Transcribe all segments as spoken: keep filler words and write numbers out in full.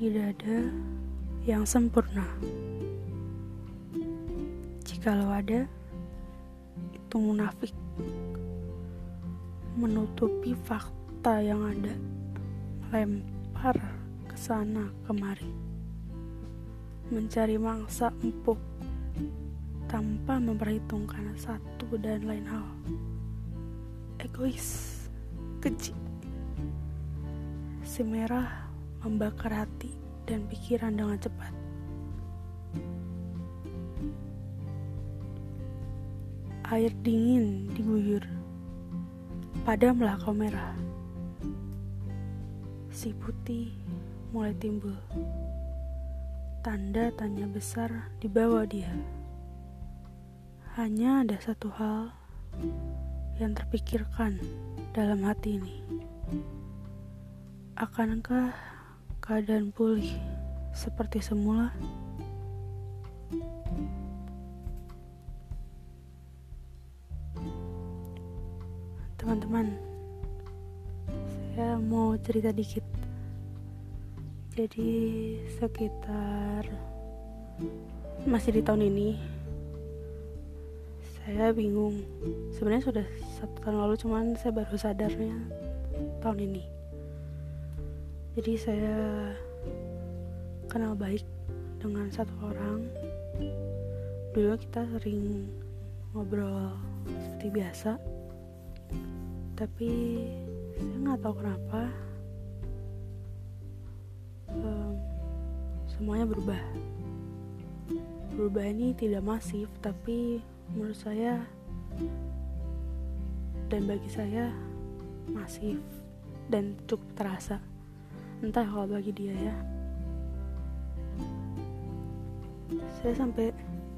Tidak ada yang sempurna. Jikalau ada, itu munafik, menutupi fakta yang ada, lempar ke sana kemari, mencari mangsa empuk tanpa memperhitungkan satu dan lain hal. Egois, keji, si merah membakar hati dan pikiran dengan cepat. Air dingin diguyur, padamlah kau merah. Si putih mulai timbul, tanda tanya besar di bawah dia. Hanya ada satu hal yang terpikirkan dalam hati ini. Akankah keadaan pulih seperti semula? Teman-teman, saya mau cerita dikit. Jadi sekitar masih di tahun ini, saya bingung. Sebenarnya sudah satu tahun lalu, cuman saya baru sadarnya tahun ini. Jadi saya kenal baik dengan satu orang. Dulu kita sering ngobrol seperti biasa, tapi saya nggak tahu kenapa um, semuanya berubah. Berubah ini tidak masif, tapi menurut saya dan bagi saya masif dan cukup terasa. Entah kalau bagi dia ya. Saya sampai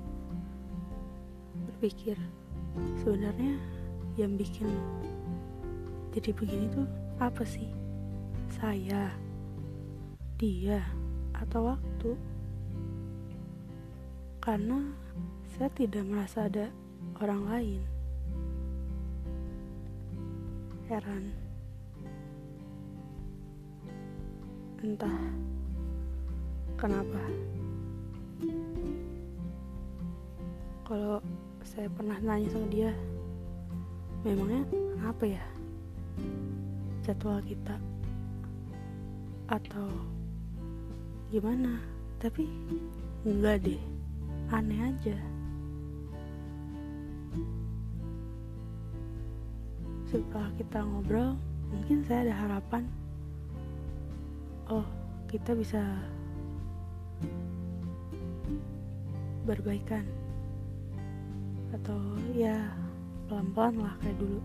berpikir, sebenarnya yang bikin jadi begini tuh apa sih? Saya, dia, atau waktu? Karena saya tidak merasa ada orang lain. Heran. Entah kenapa. Kalau saya pernah nanya sama dia, memangnya kenapa ya jadwal kita atau gimana? Tapi enggak deh, aneh aja. Setelah kita ngobrol, mungkin saya ada harapan, oh kita bisa berbaikan, atau ya pelan-pelan lah kayak dulu.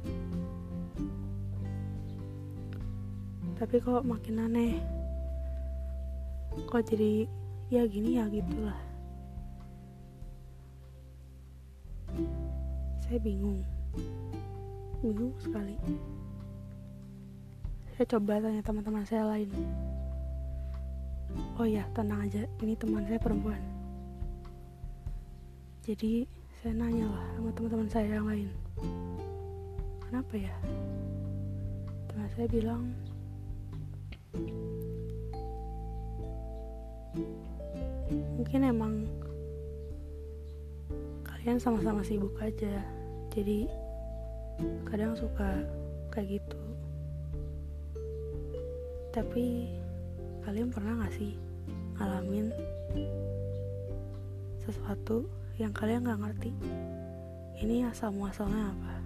Tapi kok makin aneh, kok jadi ya gini ya gitulah. Saya bingung bingung sekali. Saya coba tanya teman-teman saya lain. Oh ya, tenang aja, ini teman saya perempuan. Jadi saya nanya lah sama teman-teman saya yang lain, kenapa ya? Teman saya bilang, mungkin emang kalian sama-sama sibuk aja, jadi kadang suka kayak gitu. Tapi kalian pernah gak sih ngalamin sesuatu yang kalian gak ngerti ini asal muasalnya apa?